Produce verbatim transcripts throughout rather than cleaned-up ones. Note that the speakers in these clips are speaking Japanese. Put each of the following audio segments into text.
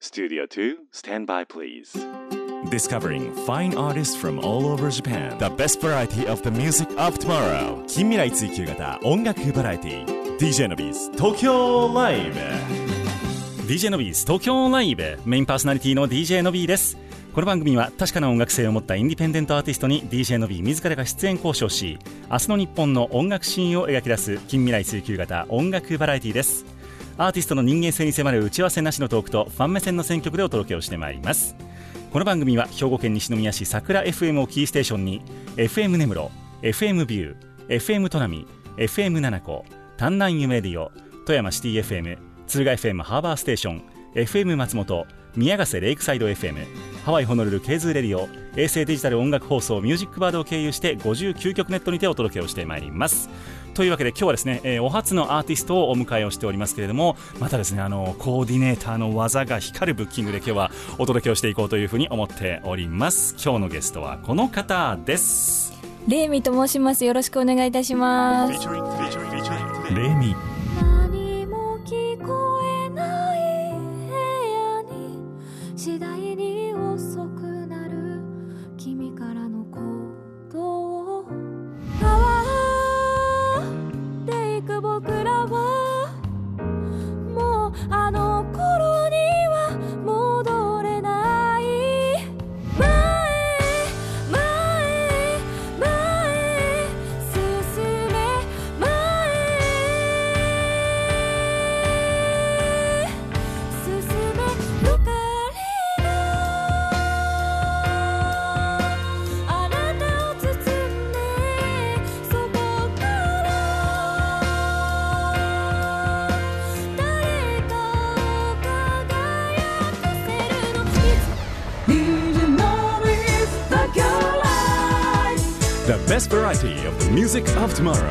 Studio two, stand by please. Discovering fine artists from all over Japan. The best variety of the music of tomorrow. 近未来追求型音楽バラエティ ディージェー のビーズ東京ライブ ディージェー のビーズ東京ライブメインパーソナリティの ディージェー のビーです。この番組は確かな音楽性を持ったインディペンデントアーティストに ディージェー のビー自らが出演交渉し、明日の日本の音楽シーンを描き出す近未来追求型音楽バラエティです。アーティストの人間性に迫る打ち合わせなしのトークとファン目線の選曲でお届けをしてまいります。この番組は兵庫県西宮市桜 エフエム をキーステーションに エフエム 根室、エフエム ビュー、エフエム 砺波、エフエム 七子、丹南夢レディオ、富山シティ エフエム、敦賀 エフエム ハーバーステーション、エフエム 松本、宮ヶ瀬レイクサイド エフエム、ハワイホノルルケーズーレディオ、衛星デジタル音楽放送ミュージックバードを経由してごじゅうきゅうきょくネットにてお届けをしてまいります。というわけで今日はですね、えー、お初のアーティストをお迎えをしておりますけれども、またですね、あのコーディネーターの技が光るブッキングで今日はお届けをしていこうというふうに思っております。今日のゲストはこの方です。 レイミと申します。よろしくお願いいたします。 レイミ。 何も聞こえない部屋に次第に遅くなる君からのことを変わっていく僕らはもうあの頃には戻れない。前前前進め前進めよかれがあなたを包んでそこから誰かを輝かせるの。 The best variety of the music of tomorrow.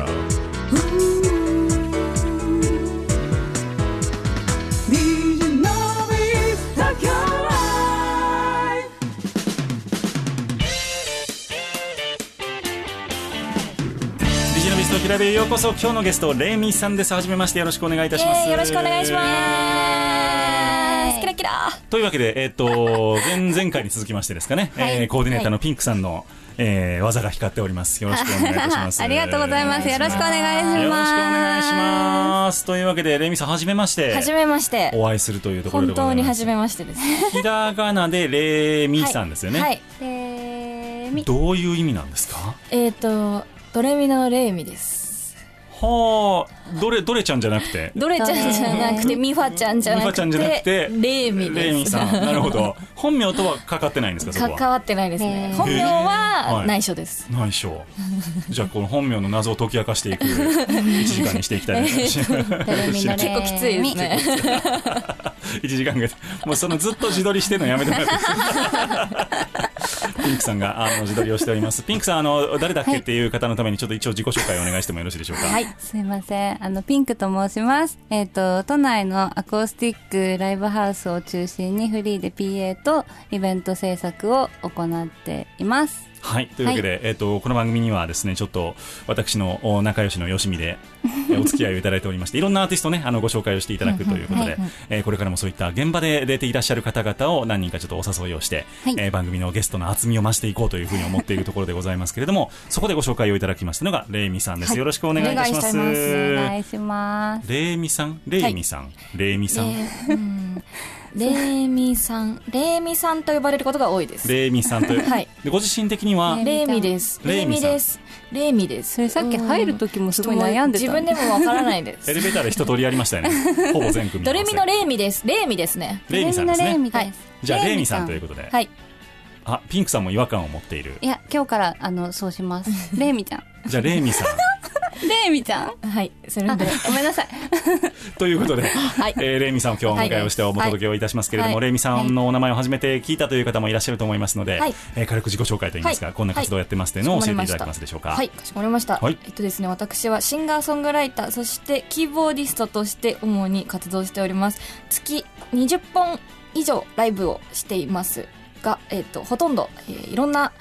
ディージェー のビストキラベへようこそ。今日のゲストレイミーさんです。はじめまして、よろしくお願いいたします。 よろしくお願いします。キラキラ。 というわけで、えっ、ー、と前々回に続きましてですかね、はい、えー、コーディネーターのピンクさんの、はい、えー、技が光っております。よろしくお願いいたします。 ありがとうございます。よろしくお願いします。 よろしくお願いします。というわけでレイミさん、はじめまして。 はじめまして。 お会いするというところでございます。 本当にはじめましてです。 ひらがなでレイミさんですよね。 はい。 レーミ。 どういう意味なんですか？ えっ、ー、とドレミのレイミです。 はあ、どれどれちゃんじゃなくて、 どれちゃんじゃなくてミファちゃんじゃなくて、ミファちゃんじゃなくてレイミです。 レイミさん、なるほど。本名とはかかってないんですか？そこは関わってないですね。本名は内緒です。 内緒。じゃあこの本名の謎を解き明かしていくいちじかんにしていきたいです。 結構きついですね。 いちじかんぐらい、もうそのずっと自撮りしてるのやめてもらってピンクさんがあの自撮りをしております。ピンクさん、あの誰だっけっていう方のためにちょっと一応自己紹介をお願いしてもよろしいでしょうか？ はい、すいません。あのピンクと申します。えっ、ー、と都内のアコースティックライブハウスを中心にフリーで ピーエー とイベント制作を行っています。 はい、というわけで、はい、えー、とこの番組にはですね、ちょっと私の仲良しのよしみでお付き合いをいただいておりまして、いろんなアーティストね、あのご紹介をしていただくということで、えー、これからもそういった現場で出ていらっしゃる方々を何人かちょっとお誘いをして、はい、えー、番組のゲストの厚みを増していこうというふうに思っているところでございますけれども、そこでご紹介をいただきましたのがレイミさんです。はい、よろしくお願いいたします。 お願いします。 レイミさん、レイミさん、はい、レイミさん、 レイミさん、レイミさんと呼ばれることが多いです。 レイミさんという、はい、でご自身的にはレイミです。レイミです。レイミです。 それさっき入る時もすごい悩んでた。 自分でもわからないです。 エレベーターで一通りやりましたよね。ほぼ全組。 ドレミのレイミです。レイミですね。 レイミさんですね。 はい、 じゃあレイミさんということで。 はい。 あ、ピンクさんも違和感を持っている。 いや、今日からあのそうします。レイミちゃん。 じゃあレイミさん。 レイミちゃん、 はい、それでごめんなさいということで、はい、えー、レイミさんを今日お迎えをしてお届けをいたしますけれども、はい、レイミさんのお名前を初めて聞いたという方もいらっしゃると思いますので、はい、えー、軽く自己紹介といいますか、はい、こんな活動をやってますというのを教えていただけますでしょうか？ はい、かしこまりました。はい、えっとですね、私はシンガーソングライター、そしてキーボーディストとして主に活動しております。月にじゅっぽん以上ライブをしていますが、えっと、ほとんど、えー、いろんな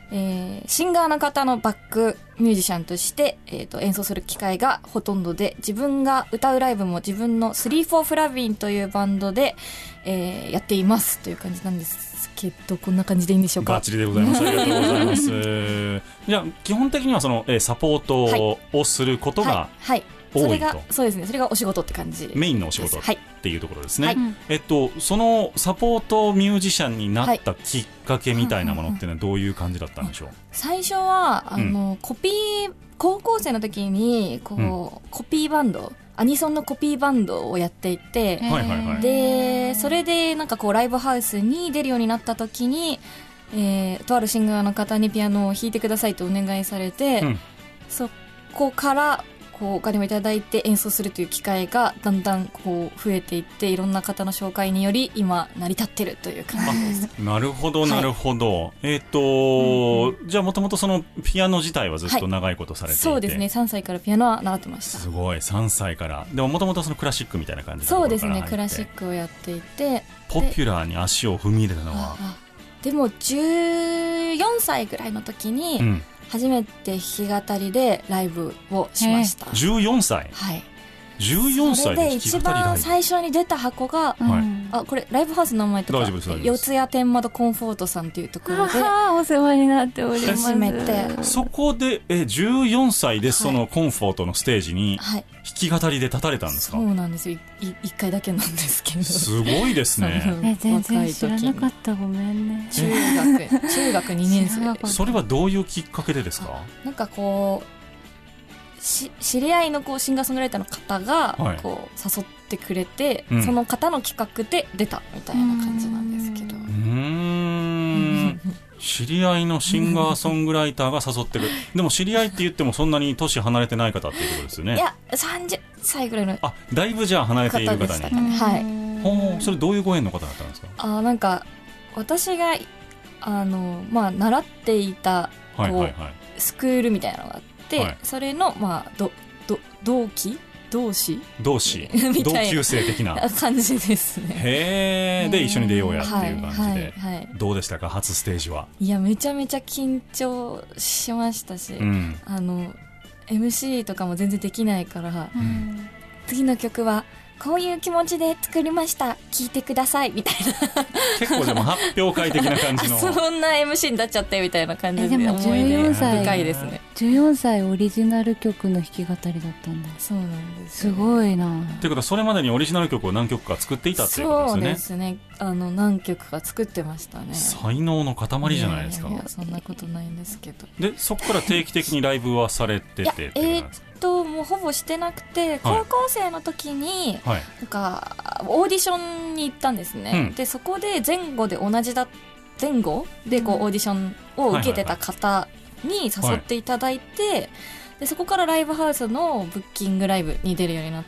えー、シンガーの方のバックミュージシャンとして、えー、と演奏する機会がほとんどで、自分が歌うライブも自分のスリーフォーフラビンというバンドで、えー、やっていますという感じなんですけど、こんな感じでいいんでしょうか。 バッチリでございます。ありがとうございますじゃあ基本的にはその、えー、サポートをすることが、 はい、はい多いと、 それがそうですね、それがお仕事って感じ、 メインのお仕事はいっていうところですね、 はい、 えっと、そのサポートミュージシャンになったきっかけみたいなものっていうのはどういう感じだったんでしょう。 最初はあの、うん、コピー高校生の時にこう、うん、コピーバンド、アニソンのコピーバンドをやっていて、 はいはいはい、 でそれでなんかこうライブハウスに出るようになった時に、えー、とあるシンガーの方にピアノを弾いてくださいとお願いされて、うん、そこからこうお金をいただいて演奏するという機会がだんだんこう増えていって、いろんな方の紹介により今成り立ってるという感じです。 なるほどなるほど、はい、えっ、ー、と、うんうん、じゃあもともとそのピアノ自体はずっと長いことされていて、 はい、そうですね、さんさいからピアノは習ってました。 すごい、さんさいから。でももともとそのクラシックみたいな感じのところから入って。 そうですね、クラシックをやっていて、 ポピュラーに足を踏み入れたのは、 でもじゅうよんさいぐらいの時に、うん初めて弾き語りでライブをしました。 じゅうよんさい、 はい、 じゅうよんさいで弾き語りライブ。それで一番最初に出た箱が、うん、あこれライブハウスの名前とか四谷天窓コンフォートさんというところでお世話になっております。 初めてそこでえじゅうよんさいでそのコンフォートのステージに弾き語りで立たれたんですか。 そうなんですよ、いいっかいだけなんですけど。 すごいですねえ全然知らなかった、ごめんね。 中学中学にねん生。 それはどういうきっかけでですか。 なんかこうし知り合いのこうシンガーソングライターの方がこう誘ってくれて、はい、その方の企画で出たみたいな感じなんですけど。うーん知り合いのシンガーソングライターが誘ってるでも知り合いって言ってもそんなに年離れてない方っていうことですよね。 いやさんじゅっさいぐらいの。 あだいぶじゃあ離れている方に。方でしたかね。 はい。 ほうそれどういうご縁の方だったんですか。 あなんか私があの、まあ、習っていたこう、はいはいはい、スクールみたいなのがあって、はい、それの、まあ、どど同期同志同志同級生的な感じですね。 へーで一緒に出ようやっていう感じで、 はいはいはい、 どうでしたか初ステージは。 いやめちゃめちゃ緊張しましたし、うん、あの エムシー とかも全然できないから、うん、次の曲はこういう気持ちで作りました聞いてくださいみたいな結構でも発表会的な感じのそんな エムシー になっちゃってみたいな感じで思い出深いですね。 じゅうよんさいオリジナル曲の弾き語りだったんだ。 そうなんです、 すごいな。 ということはそれまでにオリジナル曲を何曲か作っていたっていうことですね。 そうですね、あの何曲か作ってましたね。 才能の塊じゃないですか。 いやいやそんなことないんですけど。 でそこから定期的にライブはされててっていうことなんですか。 ともうほぼしてなくて、高校生の時に、はい、なんかオーディションに行ったんですね、うん、でそこで前後で同じだ前後でこうオーディションを受けてた方に誘っていただいて、はいはいはい、でそこからライブハウスのブッキングライブに出るようになって、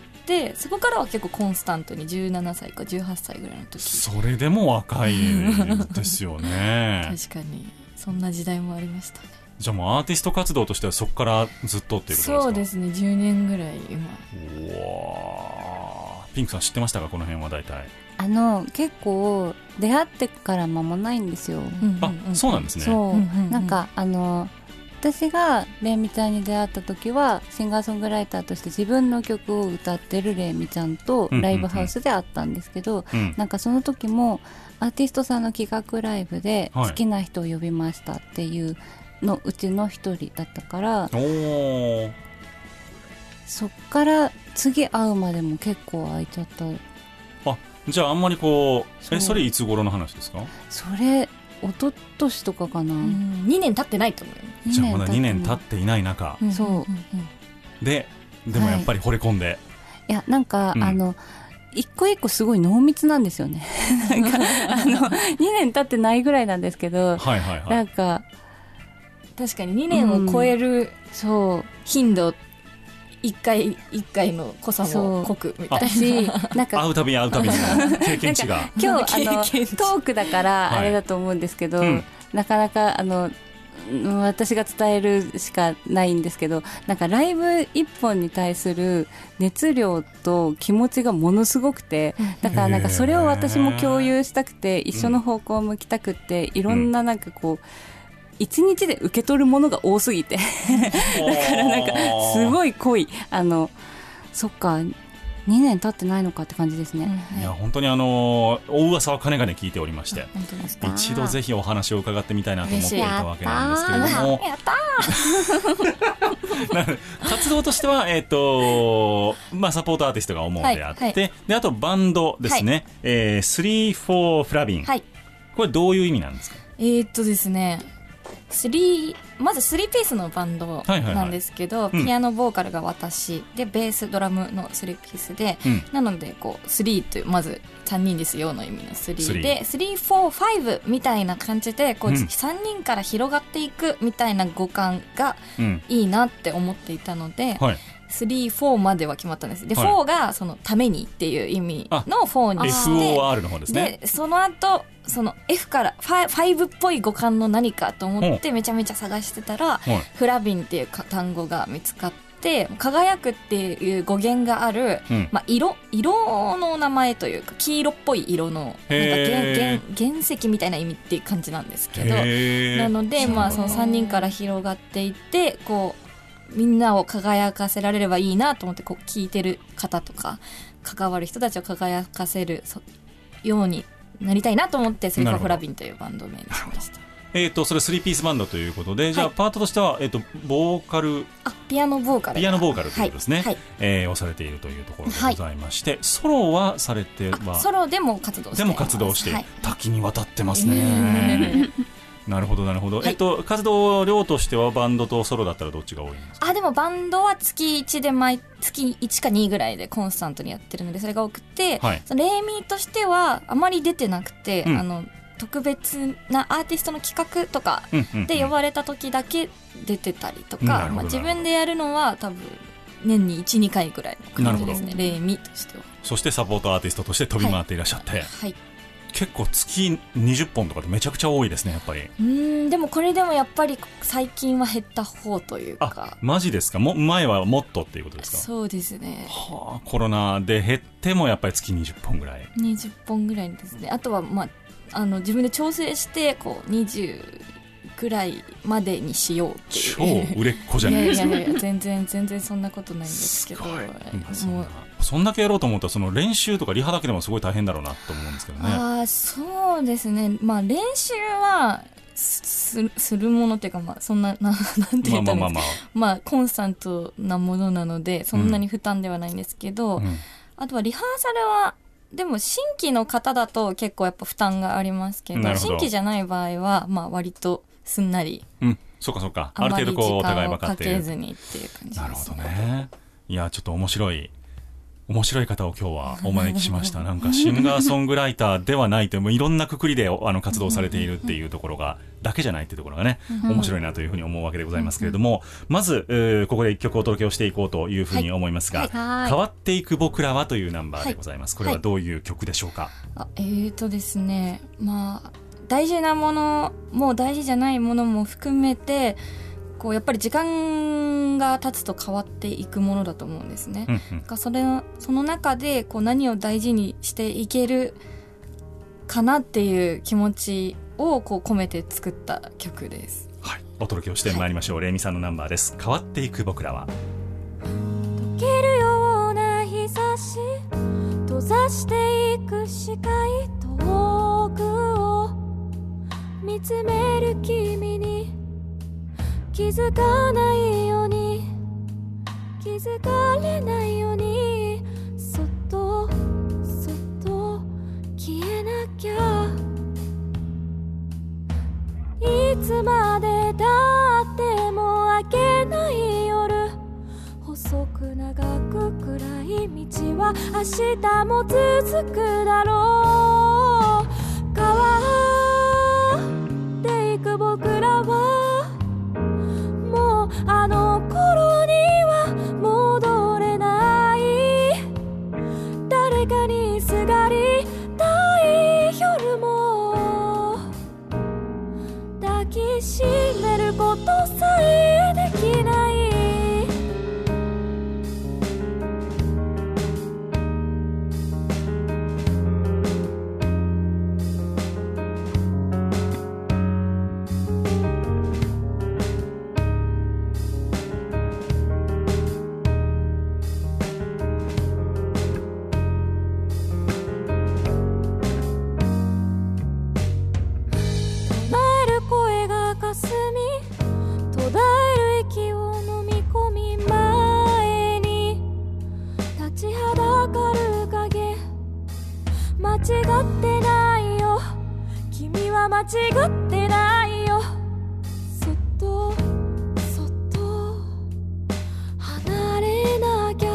そこからは結構コンスタントにじゅうななさいかじゅうはっさいぐらいの時。 それでも若いですよね確かにそんな時代もありましたね。 じゃあもうアーティスト活動としてはそこからずっとっていうことですか。 そうですね、じゅうねんぐらい今。 うわピンクさん知ってましたかこの辺は。大体あの結構出会ってから間もないんですよ、うんうんうん、あそうなんですね。 そう、うんうんうん、なんかあの私がレイミちゃんに出会った時はシンガーソングライターとして自分の曲を歌ってるレイミちゃんとライブハウスで会ったんですけど、うんうんうん、なんかその時もアーティストさんの企画ライブで好きな人を呼びましたっていうのうちの一人だったから、おそっから次会うまでも結構空いちゃった。 あじゃああんまりこう そ, えそれいつ頃の話ですか。 それ一昨年とかかな。 うんにねん経ってないと思うよ。 じゃあまだにねん経っていない中、 うん、そうででもやっぱり惚れ込んで、はい、 いやなんか、うん、あの一個一個すごい濃密なんですよねなんかあのにねん経ってないぐらいなんですけど、はいはいはい、なんか確かににねんを超える頻度、いっかいいっかいの濃さも濃くみたいな。 なんか会うたびに会うたびに経験値が今日あのトークだからあれだと思うんですけど、はいうん、なかなかあの私が伝えるしかないんですけど、なんかライブ一本に対する熱量と気持ちがものすごくて、だからなんかそれを私も共有したくて一緒の方向を向きたくて、いろんななんかこう一日で受け取るものが多すぎてだからなんかすごい濃い、あのそっかにねん経ってないのかって感じですね、 うん、いや本当にあの大噂はかねがね聞いておりまして、一度ぜひお話を伺ってみたいなと思っていたわけなんですけれども、 やったー活動としては、えーとまあ、サポートアーティストが主であって、はいはい、であとバンドですね、はい、えー、スリーフォーフラビン、はい、これどういう意味なんですか？ えー、っとですね3まずスリーピースのバンドなんですけど、はいはいはい、ピアノボーカルが私、うん、でベースドラムのスリーピースで、うん、なのでこうスリーというまずさんにんですよの意味のスリーでスリー、フォー、ファイブみたいな感じでこう、うん、さんにんから広がっていくみたいな語感がいいなって思っていたので、うん、はい、スリー、フォーまでは決まったんです。で、はい、フォーがそのためにっていう意味のフォーにして、 エフオーアール の方ですね。 で、その後その F からファイブっぽい語感の何かと思ってめちゃめちゃ探してたら、フラビンっていう単語が見つかって、輝くっていう語源がある、うん、まあ、色色の名前というか黄色っぽい色のなんか原, 原, 原石みたいな意味っていう感じなんですけど、なので、まあ、そのさんにんから広がっていってこうみんなを輝かせられればいいなと思って、こう聞いてる方とか関わる人たちを輝かせるようになりたいなと思ってスリーフォーフラビンというバンド名にしました。 えーとそれスリーピースバンドということで、はい、じゃあパートとしては、えーとボーカルあピアノボーカルピアノボーカルということですね、はいはい、えー、をされているというところでございまして、はい、ソロはされてはソロでも活動しています。 でも活動して、はい、多岐にわたってますねなるほどなるほど、はい、えっと、活動量としてはバンドとソロだったらどっちが多いんですか？ あでもバンドは月いちで毎月いちかにぐらいでコンスタントにやってるのでそれが多くて、はい、そのレイミーとしてはあまり出てなくて、うん、あの特別なアーティストの企画とかで呼ばれた時だけ出てたりとか、まあ、自分でやるのは多分年に いち,に 回ぐらいの感じですね、レイミーとしては。 そしてサポートアーティストとして飛び回っていらっしゃって、はいはい、結構月にじゅっぽんとかでめちゃくちゃ多いですねやっぱり。 うーんでもこれでもやっぱり最近は減った方というか。 あマジですか？も前はもっとっていうことですか？ そうですね、 はあ、コロナで減ってもやっぱり月にじゅっぽんぐらいにじゅっぽんぐらいですね。あとは、まあ、あの自分で調整してこうにじゅうぐらいまでにしようっていう超売れっ子じゃないですか。 いやいやいや全然全然そんなことないんですけど、 すもうそんだけやろうと思ったらその練習とかリハだけでもすごい大変だろうなと思うんですけどね。 あそうですね、まあ練習は す, するものっていうか、まあ、そんな な, なんて言ったんですか、まあまあまあまあ、まあコンスタントなものなのでそんなに負担ではないんですけど、うんうん、あとはリハーサルはでも新規の方だと結構やっぱ負担がありますけ ど, ど新規じゃない場合はまあ割とすんなり、 うん、そうかそうか、ある程度こうお互い分かっている。 あまり時間をかけずにっていう感じですね。 なるほどね。いやちょっと面白い面白い方を今日はお招きしましたなんかシンガーソングライターではないといういろんなくくりであの活動されているっていうところがだけじゃないっていうところがね面白いなというふうに思うわけでございますけれども、まず、えー、ここで一曲お届けをしていこうというふうに思いますが、はいはい、変わっていく僕らはというナンバーでございます、はい、これはどういう曲でしょうか？ あえーとですねまあ大事なものも大事じゃないものも含めてこうやっぱり時間が経つと変わっていくものだと思うんですね、うんうん、それその中でこう何を大事にしていけるかなっていう気持ちをこう込めて作った曲です、 はい、お届けをしてまいりましょう、はい、レイミさんのナンバーです。変わっていく僕らは。 溶けるような日差し閉ざしていく視界遠くを見つめる君に気づかないように気づかれないようにそっとそっと消えなきゃいつまでだっても明けない夜細く長く暗い道は明日も続くだろう。変わっていく僕らはあの頃には戻れない。誰かにすがりたい夜も抱きしめることさえできない。 違ってないよ、君は間違ってないよ。そっとそっと離れなきゃ。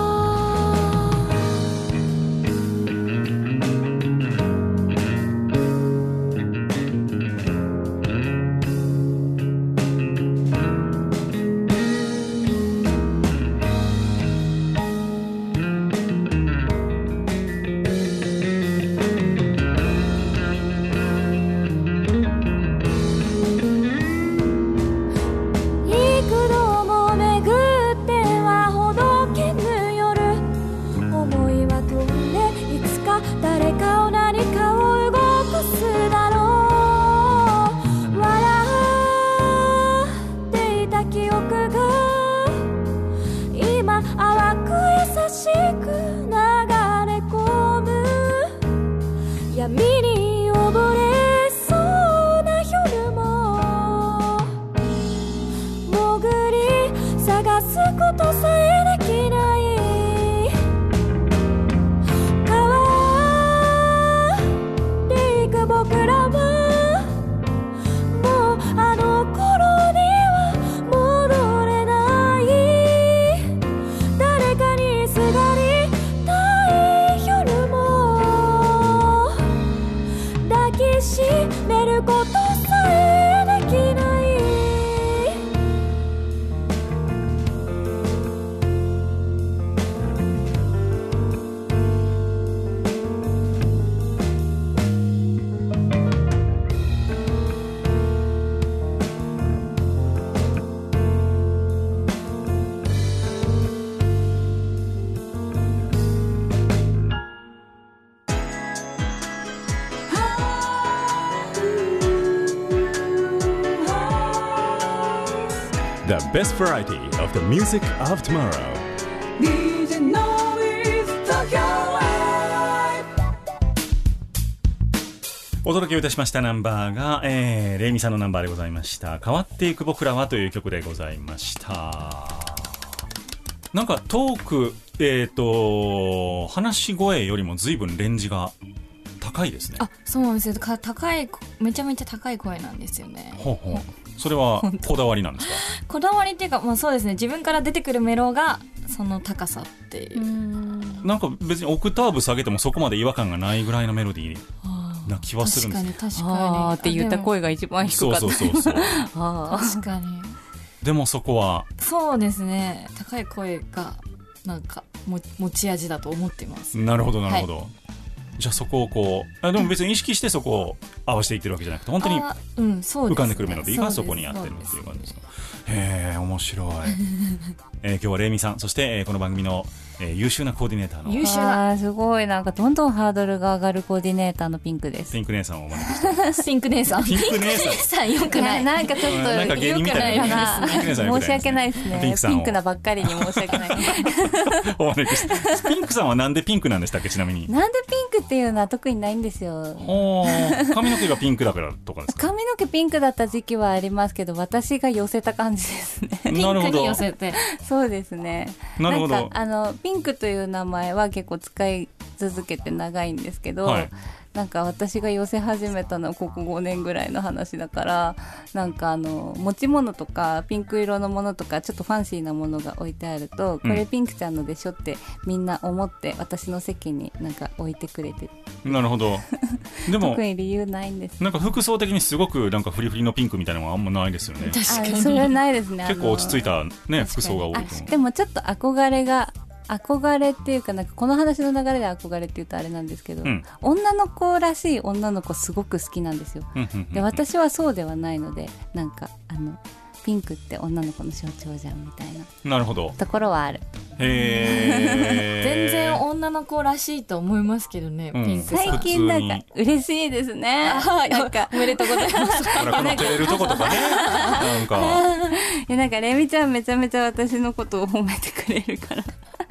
The best variety of the music of tomorrow. ディージェー の with Tokyo Live。 お届けいたしましたナンバーが、えー、レイミさんのナンバーでございました。変わっていく僕らはという曲でございました。なんかトーク、えっと、話し声よりも随分レンジが高いですね。 あ、そうなんですよ。か高い、めちゃめちゃ高い声なんですよね。 ほうほう。それはこだわりなんですか？ こだわりっていうか、まあ、そうですね、自分から出てくるメロがその高さっていう。うなんか別にオクターブ下げてもそこまで違和感がないぐらいのメロディーな気はするんです。 確かに確かに。 あーって言った声が一番低かった。 そうそうそうそう。 あ確かに。 でもそこはそうですね、高い声がなんかも持ち味だと思っています。 なるほどなるほど、はい、じゃあそこをこう、あでも別に意識してそこを合わせていってるわけじゃなくて、本当に浮かんでくるメロディーがそこにやってるっていう感じですか。へえ、面白い、えー、今日はレイミさん、そして、えー、この番組の、えー、優秀なコーディネーターの優秀な、 あすごい、なんかどんどんハードルが上がるコーディネーターのピンクです。 ピンク姉さんをお招きしてピンク姉さんピンク姉さんよくない。 なんかちょっとなんか芸人みたいな、 申し訳ないですね。ピンクなばっかりに申し訳ないお招きして。ピンクさんはなんでピンクなんでしたっけ、ちなみに。 なんでピンクっていうのは特にないんですよ。 お髪の毛がピンクだからとかですか？ 髪の毛ピンクだった時期はありますけど、私が寄せた感じですね。 ピンクに寄せて。 そうですね。 なるほど。 なんかあのピンクという名前は結構使い続けて長いんですけど、はい、なんか私が寄せ始めたのはここごねんぐらいの話だから、なんかあの持ち物とかピンク色のものとかちょっとファンシーなものが置いてあると、うん、これピンクちゃんのでしょってみんな思って私の席になんか置いてくれて。 なるほど。でも特に理由ないんです。 なんか服装的にすごくなんかフリフリのピンクみたいなのはあんまないですよね。 確かに。 それはないですね。 結構落ち着いたね服装が多いと思う。 でもちょっと憧れが憧れっていうか、なんかこの話の流れで憧れって言うとあれなんですけど、うん、女の子らしい女の子すごく好きなんですよ。で私はそうではないので、なんかあのピンクって女の子の象徴じゃんみたいな。 なるほど。 ところはある。 へ全然女の子らしいと思いますけどね、うん、ピンクさん。 最近なんか嬉しいですね。なんかおめでとうございます。 ほらこの照れるとことかね。なんかいやなんかレミちゃんめちゃめちゃ私のことを褒めてくれるから。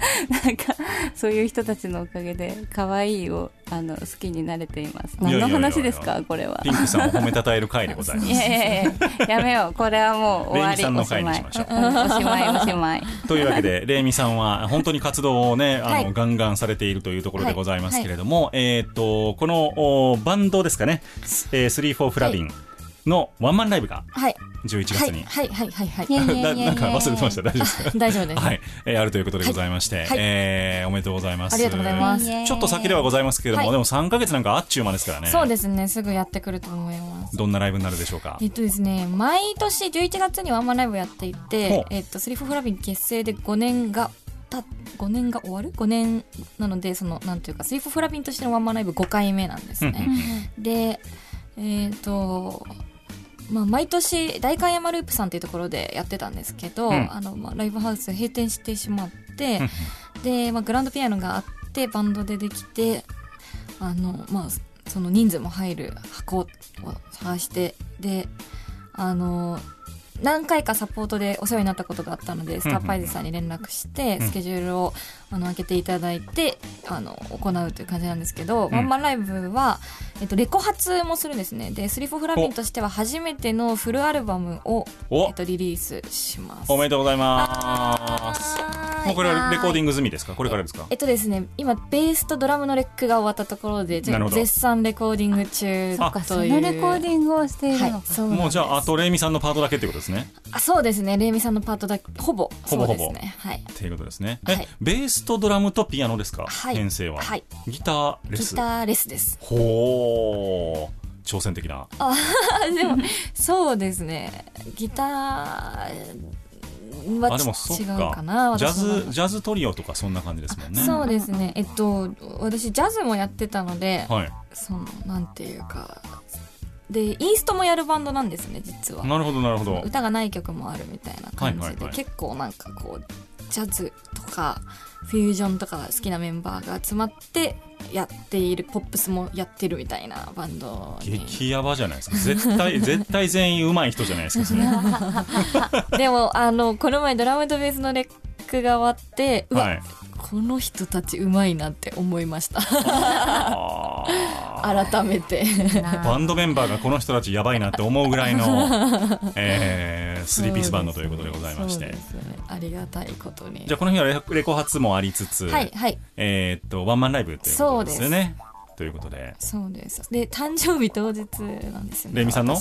なんかそういう人たちのおかげで可愛いをあの好きになれています。何の話ですかこれは。 ピンクさんを褒めたたえる回でございます。 いやいやいややめよう、これはもう終わり。 レイミさんの回にしましょう。 おしまいおしまい。 というわけでレイミさんは本当に活動をねあの、 はい、 ガンガンされているというところでございますけれども、はいはい、えっ、ー、とこのバンドですかね、えー、スリーフォーフラビンのワンマンライブがじゅういちがつに、 はいはいはいはいはいななんか忘れてました。大丈夫ですか？ 大丈夫です、 はいえー、あるということでございまして、はいえー、おめでとうございます。 ありがとうございます。 ちょっと先ではございますけれども、はい、でもさんかげつなんかあっちゅう間ですからね。 そうですね、すぐやってくると思います。 どんなライブになるでしょうか？ えっとですね、毎年じゅういちがつにワンマンライブやっていて、えっと、スリーフォーフラビン結成でごねんがたごねんが終わるごねんなので、そのなんていうかスリーフォーフラビンとしてのワンマンライブごかいめなんですね。でえっとまあ、毎年代官山ループさんというところでやってたんですけど、うん、あのまあライブハウス閉店してしまって、うん、で、まあ、グランドピアノがあってバンドでできて、あの、まあ、その人数も入る箱を探して、であの何回かサポートでお世話になったことがあったので、スターパイズさんに連絡してスケジュールをあの開けていただいてあの行うという感じなんですけど、うん、ワンマンライブは、えっと、レコ発もするんですね。でスリーフォーフラビンとしては初めてのフルアルバムを、えっと、リリースします。 おめでとうございます。もうこれはレコーディング済みですか？これからですか？ えっとですね、今ベースとドラムのレックが終わったところで絶賛レコーディング中という。 そのレコーディングをしているのか、 はい、 もうじゃああとレイミさんのパートだけってことですね。 あ、そうですね、レイミさんのパートだけほぼほぼほぼ、 ね、はい、 っていうことですね。 はい、 えベースとドラムとピアノですか？ はい、 編成は、 はい、 ギターレスギターレスです。 ほー、挑戦的な。 あでもそうですね、ギターはあでもそっか違うかな。 ジャズジャズトリオとかそんな感じですもんね。 そうですね、えっと私ジャズもやってたので、 はい、 そのなんていうかでインストもやるバンドなんですね実は。 なるほどなるほど。 歌がない曲もあるみたいな感じで、はいはいはい、結構なんかこうジャズとかフュージョンとかが好きなメンバーが集まってやっている、ポップスもやってるみたいなバンドに。 激ヤバじゃないですか。絶対絶対全員上手い人じゃないですかそれでもあのこの前ドラムとベースのレックが終わって、うわ、はい、この人たち上手いなって思いました改めてバンドメンバーがこの人たちやばいなって思うぐらいの、えー、スリーピースバンドということでございまして、そうですね、 ありがたいことに。 じゃあこの日は レ, レコ発もありつつ、 はいはい、 えー、っとワンマンライブということですよね。ということで、 そうです。で誕生日当日なんですよね、 レイミさんの。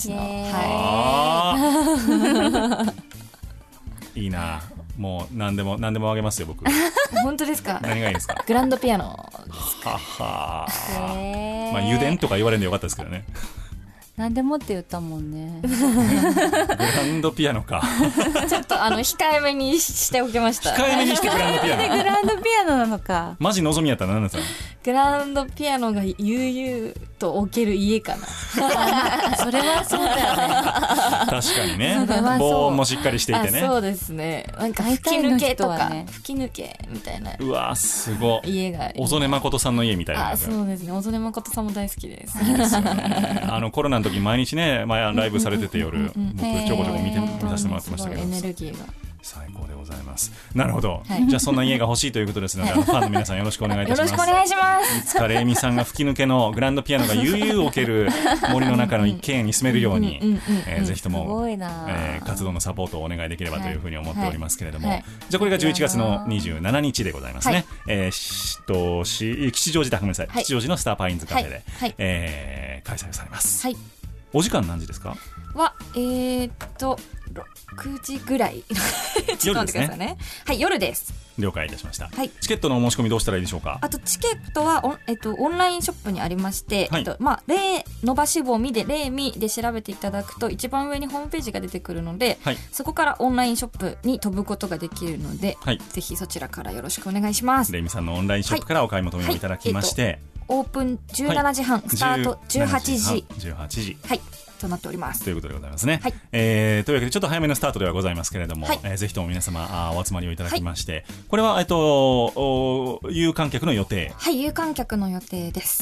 はいいいな、もう何でも何でもあげますよ僕本当ですか？ 何がいいですか？ グランドピアノですか？ははまあ油田とか言われるんでよかったですけどね。 何でもって言ったもんねグランドピアノかちょっとあの控えめにしておきました。 控えめにしてグランドピアノグランドピアノなのか。 マジ望みやったら何なんですか？ グランドピアノが悠々と置ける家かなそれはそうだよね確かにね、防音もしっかりしていてね。 そうですね、なんか吹き抜けとか、ね、吹き抜けみたいな。 うわすごい家が小曽根誠さんの家みたいな。 あ、そうですね、小曽根誠さんも大好きです。 いいですよねあのコロナの時毎日ね、まあ、ライブされてて夜、僕ちょこちょこ見て、見させてもらってましたけど、 エネルギーが最高でございます。なるほど、はい、じゃあそんな家が欲しいということですので、あのファンの皆さんよろしくお願いいたします。 よろしくお願いします。 いつかレイミさんが吹き抜けのグランドピアノが悠々置ける森の中の一軒家に住めるように、えー、ぜひとも、えー、活動のサポートをお願いできればというふうに思っておりますけれども、はいはい、じゃあこれがじゅういちがつのにじゅうしちにちでございますね、はい、えー、とし吉祥寺だごめんなさい、はい、吉祥寺のスターパインズカフェで、はい、えー、開催されます、はい。お時間何時ですか？ はえー、っとろくじぐらいちょっと待ってくださいね。はい、夜です。 了解いたしました、 はい、 チケットのお申し込みどうしたらいいでしょうか？ あとチケットはオン、えっと、オンラインショップにありまして、はい、えっとまあ、レイ伸ばし棒みでレイミで調べていただくと一番上にホームページが出てくるので、はい、そこからオンラインショップに飛ぶことができるので、はい、ぜひそちらからよろしくお願いします。 レイミさんのオンラインショップからお買い求めをいただきまして、はいはい、えっと、オープンじゅうしちじはん、はい、スタートじゅうはちじじゅうはちじ、 はいとなっております。 ということでございますね、 はい、 えー、というわけでちょっと早めのスタートではございますけれども、はい、えー、ぜひとも皆様あお集まりをいただきまして、はい、これは、えっと、有観客の予定。 はい、有観客の予定です。 はい、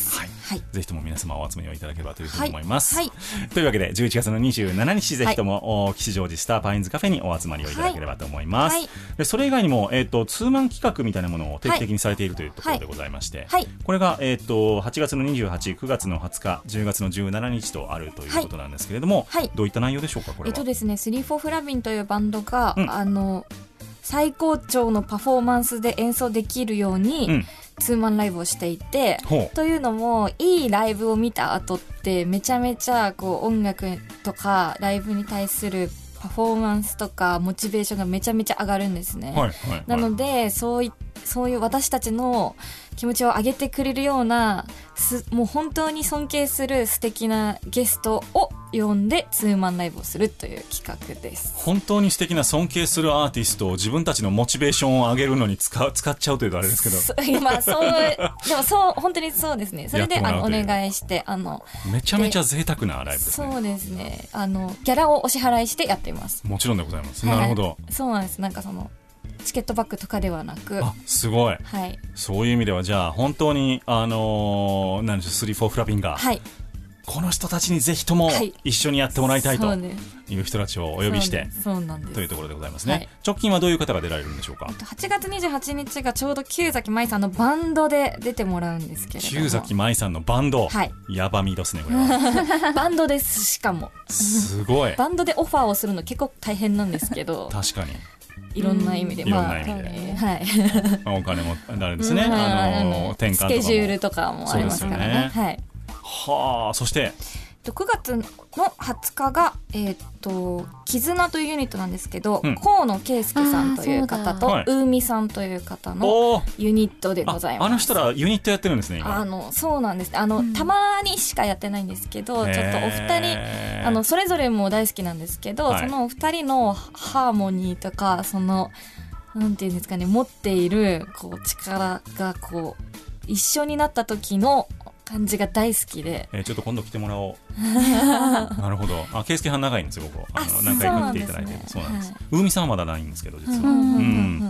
はい、 ぜひとも皆様お集めをいただければというふうに思います、 はいはい、 というわけでじゅういちがつのにじゅうしちにちぜひとも、はい、吉祥寺スターパインズカフェにお集まりをいただければと思います、はい、でそれ以外にも、えー、とツーマン企画みたいなものを定期的にされているというところでございまして、はいはい、これが、えー、とはちがつのにじゅうはち、くがつのはつか、じゅうがつのじゅうしちにちとあるということなんですけれども、はい、どういった内容でしょうか。これは、 えっとですね、スリーフォーフラビンというバンドが、うん、あの最高潮のパフォーマンスで演奏できるように、うん、ツーマンライブをしていて、というのもいいライブを見た後ってめちゃめちゃこう音楽とかライブに対するパフォーマンスとかモチベーションがめちゃめちゃ上がるんですね、はいはいはい、なのでそうい、そういう私たちの気持ちを上げてくれるようなすもう本当に尊敬する素敵なゲストを呼んでツーマンライブをするという企画です。 本当に素敵な尊敬するアーティストを自分たちのモチベーションを上げるのに使う、使っちゃうというとあれですけど、 そまあそうでもそう本当にそうですね。それであのお願いしてあのめちゃめちゃ贅沢なライブですね。 そうですね、あのギャラをお支払いしてやっています。 もちろんでございます、はい、なるほど。 そうなんです。なんかそのチケットバッグとかではなく、 あ、すごい、 はい、 そういう意味ではじゃあ本当にあのー、何でしょう、スリーフォーフラビンが、はい、この人たちにぜひとも一緒にやってもらいたいという人たちをお呼びしてそうなんですというところでございますね、はい、直近はどういう方が出られるんでしょうか。 はちがつにじゅうはちにちがちょうど久崎舞さんのバンドで出てもらうんですけれども、 久崎舞さんのバンド、はい、やばみですねこれはバンドです。しかもすごいバンドでオファーをするの結構大変なんですけど確かにいろんな意味で、 いろんな意味で、まあはいまあ、お金もあれですね、あの転換とかもスケジュールとかもありますからね。はい、 はあ、そしてくがつのはつかが、えー、と絆というユニットなんですけど、うん、河野圭介さんという方とうーみさんという方のユニットでございます。 あ, あの人らユニットやってるんですね今。 あのそうなんです。あの、うん、たまにしかやってないんですけど、ちょっとお二人あのそれぞれも大好きなんですけど、はい、そのお二人のハーモニーとかそのなんていうんですかね、持っているこう力がこう一緒になった時の感じが大好きで、 えー、ちょっと今度来てもらおうなるほど。あ、圭介はん長いんですよ僕。あの何回か来ていただいて、そうなんです。うーみさんはまだないんですけど実は、うんうん、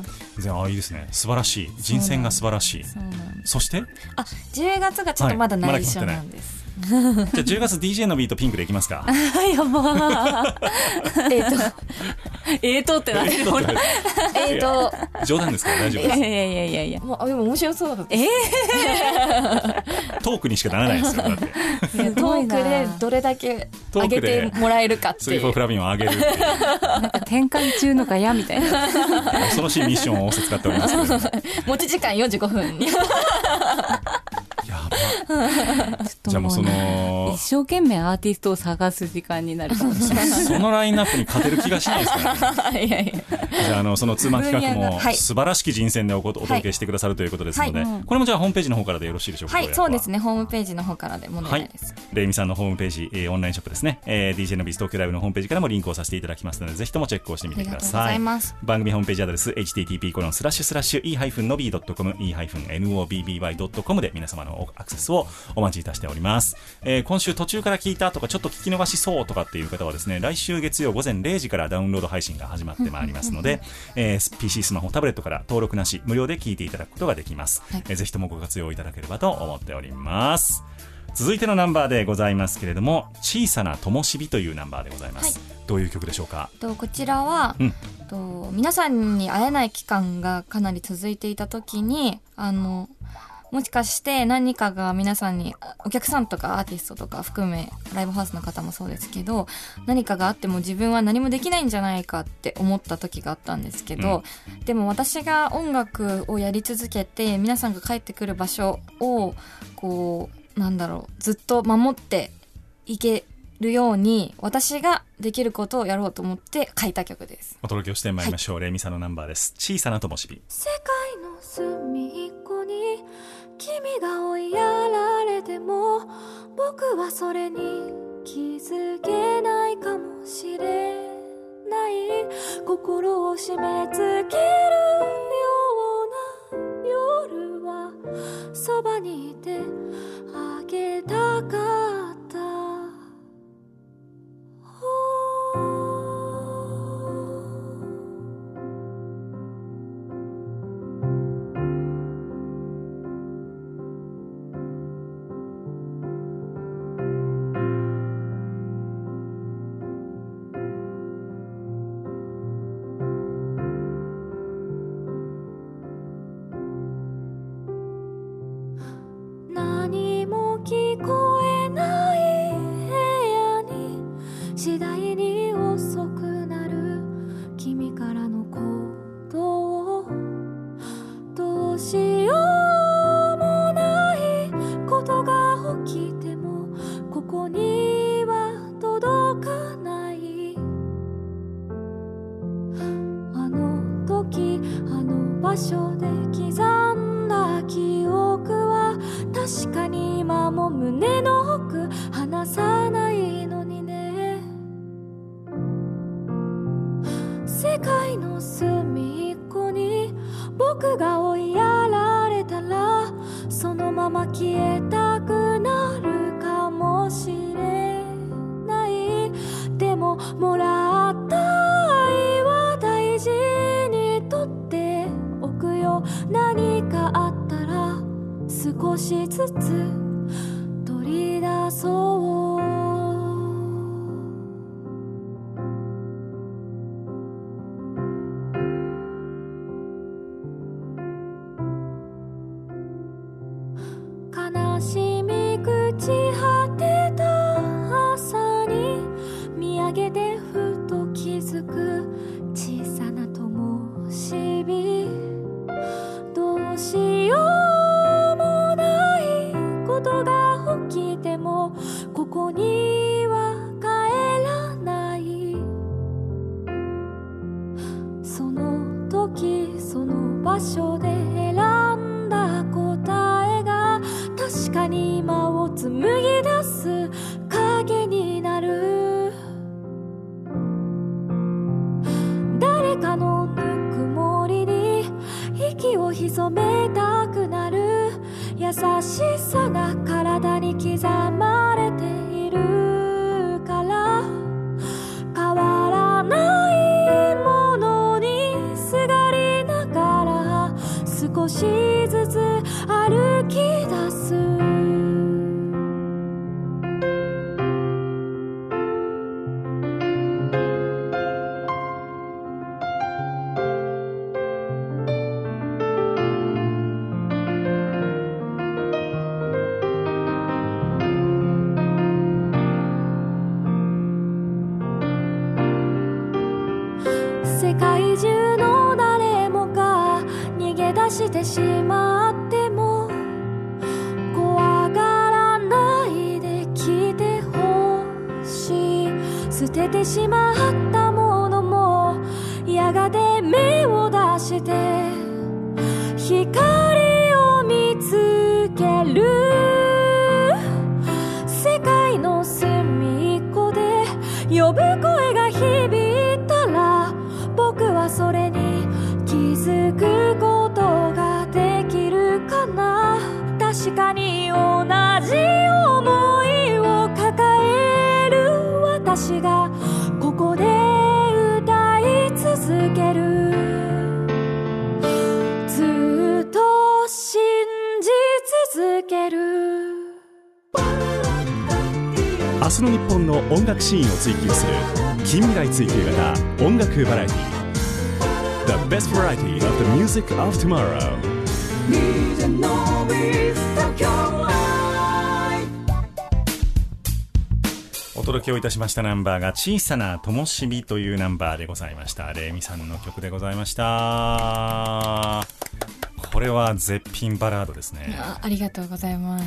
あ、いいですね、素晴らしい、人選が素晴らしい。 そ, そしてあじゅうがつがちょっとまだ内緒なんです、 はい、じゃあじゅうがつ ディージェー のビートピンクでいきますかやばえっとえーとって何でもないえーと冗談ですから大丈夫です。 いやいやいやいやいや、もうでも面白そうだった。えー、トークにしかならないですよだってトークでどれだけ上げてもらえるかっていう、 スリーフォーフラビンを上げるっていうなんか転換中のかやみたいな恐ろしいミッションを仰せ使っておりますけど持ち時間よんじゅうごふんやばじゃあもうその一生懸命アーティストを探す時間になるかもしれないそのラインナップに勝てる気がしないですからねいやいや、じゃあ、あのそのツーマン企画も素晴らしき人選で お, お届けしてくださるということですので、はいはい、これもじゃあホームページの方からでよろしいでしょうか。 はい、そうですね、ホームページの方からでもお願いです。 レイミさんのホームページ、えー、オンラインショップですね、えー、ディージェー のビス東京ライブのホームページからもリンクをさせていただきますので、ぜひともチェックをしてみてください。番組ホームページアドレス エイチティーティーピーコロンスラッシュスラッシュイーハイフンノビードットコム イーハイフンノビーワイドットコム で皆様のアクセスをお待ちいたしております、えー、今週途中から聞いたとかちょっと聞き逃しそうとかっていう方はですね、来週月曜午前れいじからダウンロード配信が始まってまいりますので、えー、ピーシー スマホタブレットから登録なし無料で聞いていただくことができます、はい、えー、ぜひともご活用いただければと思っております。続いてのナンバーでございますけれども、小さな灯火というナンバーでございます、はい、どういう曲でしょうか。 とこちらは、うん、と皆さんに会えない期間がかなり続いていた時に、あのもしかして何かが皆さんに、お客さんとかアーティストとか含めライブハウスの方もそうですけど、何かがあっても自分は何もできないんじゃないかって思った時があったんですけど、うん、でも私が音楽をやり続けて皆さんが帰ってくる場所をこうなんだろうずっと守っていけるように私ができることをやろうと思って書いた曲です。 お届けをしてまいりましょう、はい、レイミさんのナンバーです。小さな灯火。 世界の隅っこに君が追いやられても僕はそれに気づけないかもしれない。心を締め付けるような夜はそばにいてあげたかった今も胸の奥離さないのにね。世界の隅っこに僕が追いやられたらそのまま消えたくなるかもしれない。でももらった愛は大事にとっておくよ。何かあったら少しずつ取り出そう。悲しみ朽ち果てた朝に見上げてふと気づく小さな灯火。どうしようもないことが起きてもここには帰らない。その時その場所で選んだ答えが確かに今を紡ぎ出す影になる。誰かのぬくもりに息を潜めたくなる。優しさが体に刻まれているから変わらないものにすがりながら少しずつ歩き出す。世界中の誰もが逃げ出してしまっても怖がらないで来てほしい。捨ててしまったものもやがて目を出して光を見つける。世界の隅っこで呼ぶ声が響いたら僕はそれに気づくことができるかな。確かに同じ思いを抱える私がここで歌い続ける。ずっと信じ続ける。 明日の日本の音楽シーンを追求する近未来追求型音楽バラエティ The best variety of the music of tomorrow。 ディージェー のビス東京ライお届けをいたしましたナンバーが小さな灯火というナンバーでございました。レイミさんの曲でございました。これは絶品バラードですね。 あ, ありがとうございます。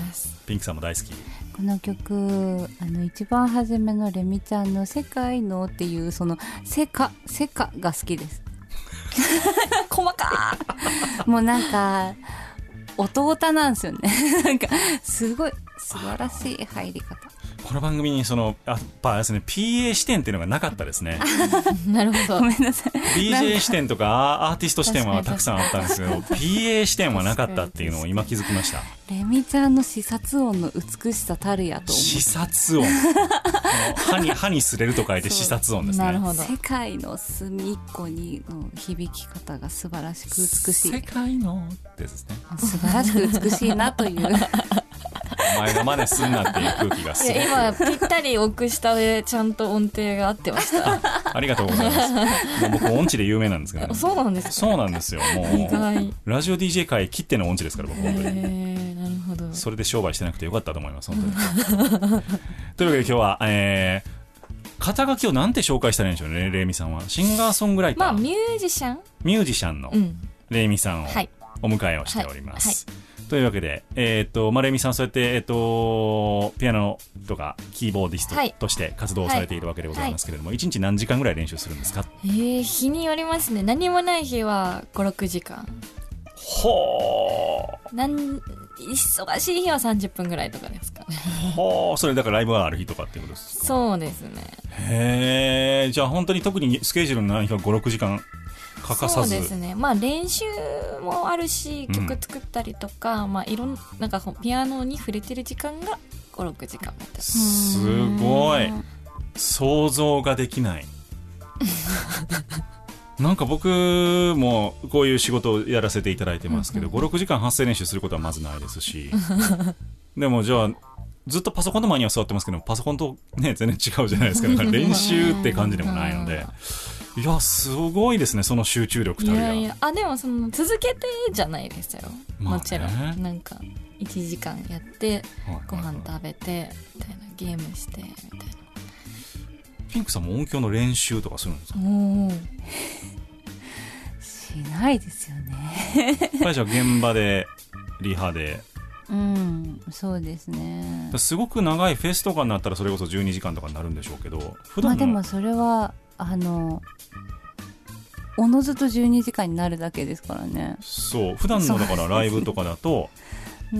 ピンクさんも大好き。 この曲あの一番初めのレミちゃんの世界のっていうそのセカセカが好きです。 細かもうなんか音歌なんですよね。なんかすごい素晴らしい入り方。 この番組にそのやっぱですね ピーエー 視点っていうのがなかったですね。 なるほど。 ごめんなさい。 ディージェー 視点とかアーティスト視点はたくさんあったんですけど ピーエー 視点はなかったっていうのを今気づきました。 レミちゃんの視察音の美しさたるやと思う。 視察音歯に歯に擦れると書いて視察音ですね。 なるほど。 世界の隅っこにの響き方が素晴らしく美しい。 世界のですね。 素晴らしく美しいなというお前が真似すんなっていう空気がすごく。 いや今ぴったり置く下でちゃんと音程が合ってました。 ありがとうございます。もう僕音痴で有名なんですけど、ね、 そうなんですか。 そうなんですよ。も意外うラジオ ディージェー 界切っての音痴ですから僕本当に。 へー、なるほど。 それで商売してなくてよかったと思います本当に。というわけで今日は、えー、肩書きをなんて紹介したらいいんでしょうね。レイミさんはシンガーソングライター、 まあミュージシャンミュージシャンのレイミさんをお迎えをしております。はいはいはい、というわけで、えーとまあ、レイミさんそうやって、えーとピアノとかキーボーディストとして活動されているわけでございますけれども、はいはい、いちにち何時間ぐらい練習するんですか？ えー、日によりますね。何もない日はご、ろくじかん。 ほー。 なん忙しい日はさんじゅっぷんぐらいとかですかね。 はあ、それだからライブがある日とかっていうことですか？ そうですね。 へえ、じゃあ本当に特にスケジュールのない日はご、ろくじかん欠かさず。 そうですね。まあ練習もあるし、曲作ったりとか、うん、まあいろんなんかピアノに触れてる時間がご、ろくじかんみたいな。 すごい。想像ができない。なんか僕もこういう仕事をやらせていただいてますけど、ご、ろくじかん発声練習することはまずないですし、でもじゃあずっとパソコンの前には座ってますけど、パソコンとね全然違うじゃないですか。練習って感じでもないので、いやすごいですね、その集中力たるや。 いやいや、あでもその続けてじゃないですよ、まあね、もちろんなんかいちじかんやってご飯食べてみたいな、ゲームしてみたいな。 ピンクさんも音響の練習とかするんですか？ おしないですよね。 やっぱりじゃあ現場でリハで、 うん、そうですね。 すごく長いフェスとかになったらそれこそじゅうにじかんとかになるんでしょうけど、普段の、 まあでもそれはあのおのずとじゅうにじかんになるだけですからね。 そう、普段のだからライブとかだと、 うん、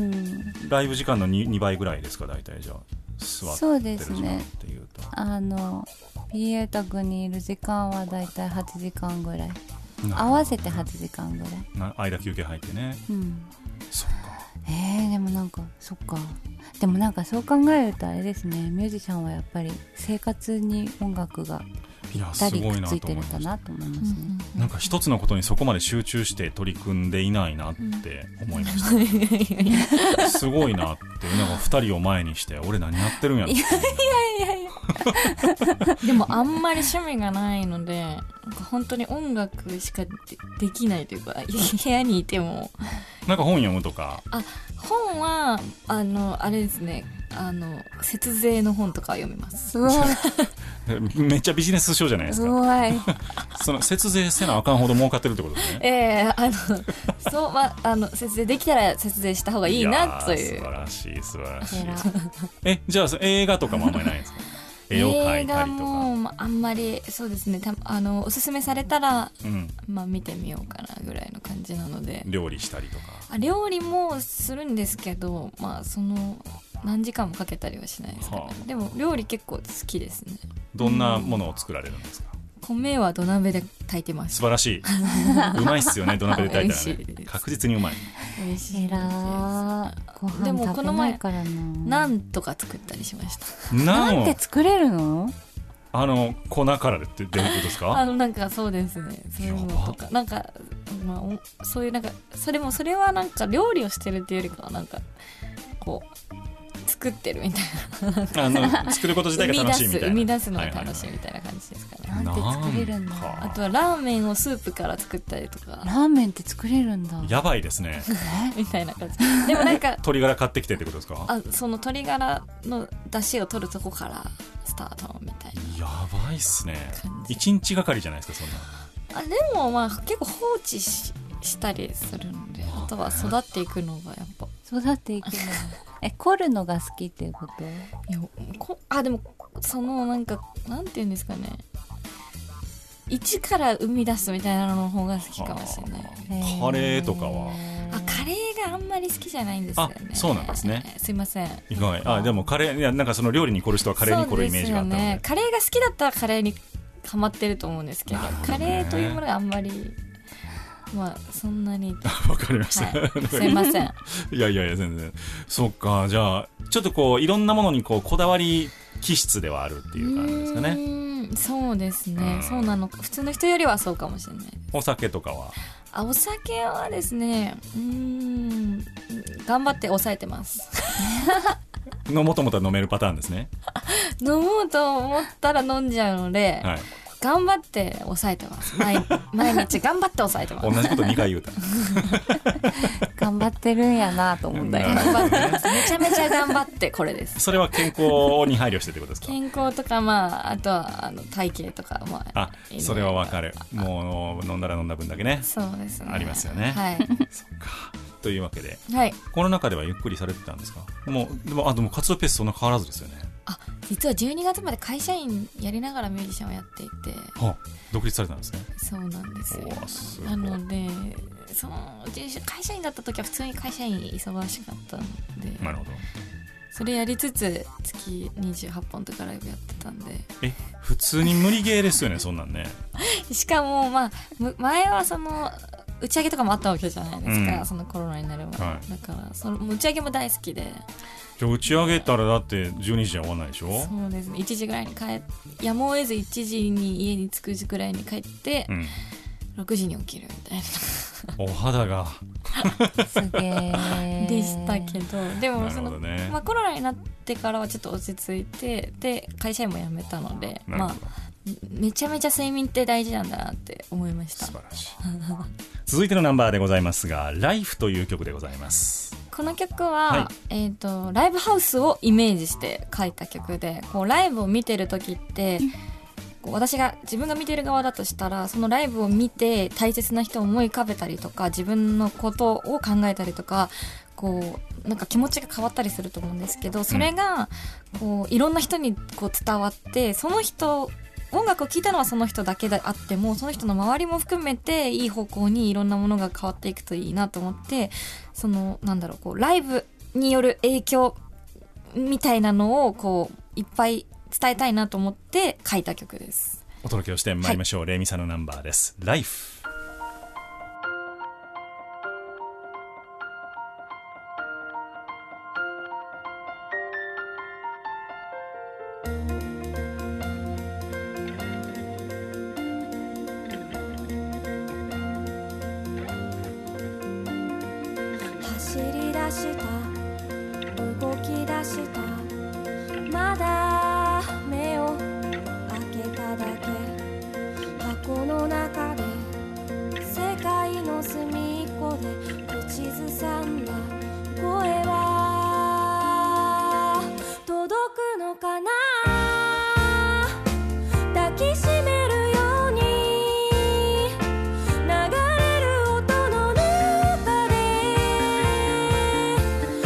ライブ時間の 2, にばいぐらいですか、大体。じゃあ座ってる時間っていうと、 そうですね、あの ピーエー 宅にいる時間は大体はちじかんぐらい、合わせてはちじかんぐらいな、間休憩入ってね、 うん、 そっか。 えー、でもなんかそっか、でもなんかそう考えるとあれですね、ミュージシャンはやっぱり生活に音楽がぴったりくっついてるんだなと思いますね。 なんか一つのことにそこまで集中して取り組んでいないなって思いました、うん、すごいなって。なんかふたりを前にして俺何やってるんやろって。いやいやいやでもあんまり趣味がないので、なんか本当に音楽しか で, できないというか、部屋にいてもなんか本読むとか。 あ、本はあのあれですね、あの節税の本とか読みます。 すごいめっちゃビジネス書じゃないですか。 すごいその節税せなあかんほど儲かってるってことですね。 ええー、あのそう、まあの節税できたら節税した方がいいなという。 素晴らしい素晴らしい。え、じゃあ映画とかもあんまりないんですか？絵を描いたりとか。映画もあんまり、そうですね、たあのおすすめされたら、うん、まあ見てみようかなぐらいの感じなので。 料理したりとか。 あ、料理もするんですけど、まあその何時間もかけたりはしないですかね、はあ、でも料理結構好きですね。 どんなものを作られるんですか？ 米は土鍋で炊いてます。 素晴らしい。うまいっすよね、土鍋で炊いたらね。確実にうまい。 美味しい。 えらー、ご飯食べないからな。でもこの前ナンとか作ったりしました。 ナンって作れるの？ あの粉からってどういうことですか？ あのなんかそうですね、そういうのとかなんか、まあ、そういうなんかそれもそれはなんか料理をしてるっていうよりかはなんかこう作ってるみたいな、 あの作ること自体が楽しいみたいな、 生み出すのが楽しいみたいな感じですかね。 なんて作れるんだ。 あとはラーメンをスープから作ったりとか。 ラーメンって作れるんだ。 やばいですねみたいな感じ。でもなんか鶏ガラ買ってきてってことですか？ あ、その鶏ガラの出汁を取るとこからスタートみたいな。 やばいっすね。一日がかりじゃないですか、そんな。 あ、でもまあ結構放置 し, したりするので、あとは育っていくのがやっぱ育っていくのえ、凝るのが好きっていうこと？ いや、こあでもそのなんかなんていうんですかね、一から生み出すみたいなのの方が好きかもしれない。 カレーとかは？ あ、カレーがあんまり好きじゃないんですよね。 あ、そうなんですね。 すいません。 意外。あ、でもカレー、いや、なんかその料理に凝る人はカレーに凝るイメージがあったので。そうですよね。 カレーが好きだったらカレーにハマってると思うんですけど、カレーというものがあんまり、まあそんなに。 わかりました、 はい、すいません。 いやいやいや、全然。そっか、じゃあちょっとこういろんなものにこうこだわり気質ではあるっていう感じですかね。 うん、そうですね。そうなの。普通の人よりはそうかもしれないです。 お酒とかは？ あ、お酒はですね、うーん、頑張って抑えてます飲もうと思ったら飲めるパターンですね。 飲もうと思ったら飲んじゃうので、はい、頑張って抑えてます。 毎, 毎日頑張って抑えてます。 同じことにかい言うた頑張ってるんやなと思ったよ。 頑張ってます。めちゃめちゃ頑張ってこれです。 それは健康に配慮してってことですか？ 健康とか、まあ、あとはあの体型とか、まあ、 あ、それはわかる。もう飲んだら飲んだ分だけね。 そうですね。 ありますよね。 はい。 そっか。というわけで、 はい、 この中ではゆっくりされてたんですか？もうでもあでも活動ペースそんな変わらずですよね。 あ、実はじゅうにがつまで会社員やりながらミュージシャンをやっていて、 はあ、独立されたんですね。 そうなんですよ。 すなのでその会社員だった時は普通に会社員忙しかったんで、 なるほど。 それやりつつ月にじゅうはっぽんとかライブやってたんで、 え普通に無理ゲーですよねそんなんね。しかもまあ前はその打ち上げとかもあったわけじゃないですか、 うん、 そのコロナになる前、 はい、 だからその打ち上げも大好きで。 じゃあ打ち上げたらだってじゅうにじじゃ終わんないでしょ。 そうですね、いちじぐらいに帰っやむを得ずいちじに家に着くぐらいに帰って、うん、ろくじに起きるみたいなお肌がすげーでしたけど、でもその、 ね、 まあ、コロナになってからはちょっと落ち着いて、で会社員も辞めたので、まあ、めちゃめちゃ睡眠って大事なんだなって思いました。 素晴らしい続いてのナンバーでございますが、ライフという曲でございます。 この曲は、 はい、 えーと、ライブハウスをイメージして書いた曲で、こうライブを見てる時ってこう私が自分が見てる側だとしたら、そのライブを見て大切な人を思い浮かべたりとか、自分のことを考えたりとか、こうなんか気持ちが変わったりすると思うんですけど、それがこういろんな人にこう伝わって、その人音楽を聴いたのはその人だけであっても、その人の周りも含めていい方向にいろんなものが変わっていくといいなと思って、そのなんだろう、こうライブによる影響みたいなのをこういっぱい伝えたいなと思って書いた曲です。 お届けをしてまいりましょう、はい、レイミさんのナンバーです。ライフ。 走り出した動き出した、まだ目を開けただけ、箱の中で世界の隅っこで口ずさんだ声は届くのかな、抱きしめるように流れる音の中で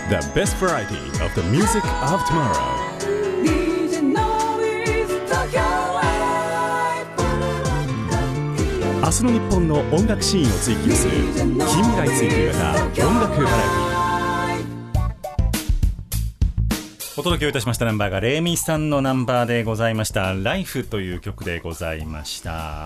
The best variety of the music of tomorrow. ディージェー Noise Tokyo Live 明日の日本の音楽シーンを追求する近未来追求型音楽バラエティ。お届けをいたしましたナンバーがレイミさんのナンバーでございました。ライフという曲でございました。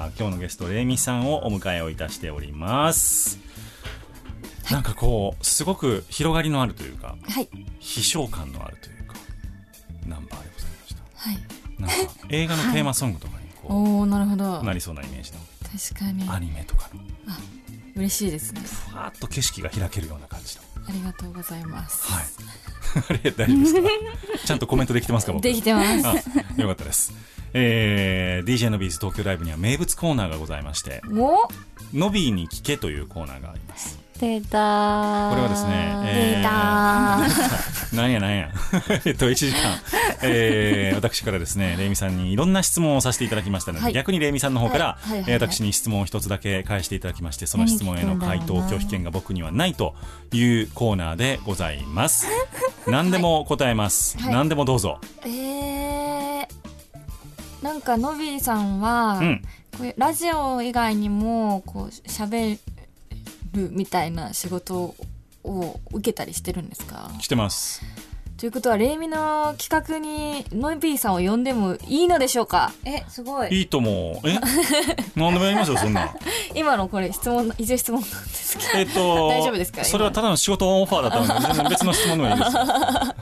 今日のゲストレイミさんをお迎えをいたしております。なんかこうすごく広がりのあるというか、 はい、 飛翔感のあるというかナンバーでございました。 はい、 なんか映画のテーマソングとかにこう、 はい、おーなるほど、 なりそうなイメージの確かにアニメとかのあ嬉しいですね。 ふわっと景色が開けるような感じの。 ありがとうございます。 はい。あれ大丈夫ですか？ちゃんとコメントできてますか？僕できてます。 あ、よかったです。えー、ディージェー のビーズ東京ライブには名物コーナーがございまして、 おノビーに聞けというコーナーがあります。 出たこれはですね、 えー、出たなんやなんやえっといちじかん、えー、私からですねレイミさんにいろんな質問をさせていただきましたので、はい、逆にレイミさんの方から、はいはいはいはい、私に質問を一つだけ返していただきまして、その質問への回答拒否権が僕にはないというコーナーでございます何でも答えます、はい、何でもどうぞ。 えー、なんかノビーさんは、うん、こういうラジオ以外にもこう喋るみたいな仕事を受けたりしてるんですか？ してます。 ということはレイミの企画にノビーさんを呼んでもいいのでしょうか？ えすごいいいと思う。え何でもやりますよそんな今のこれ質問一応質問なんですけど、 えっと、 大丈夫ですか？ それはただの仕事オファーだったので全然別の質問でもいいですよ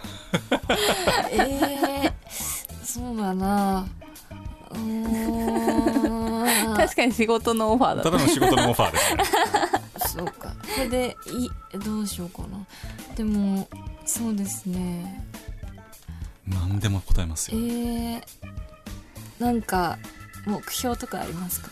えー、そうだなうーん確かに仕事のオファーだった。 ただの仕事のオファーですねそうか、これでいどうしようかな。でもそうですね、 何でも答えますよ。 えー、なんか目標とかありますか？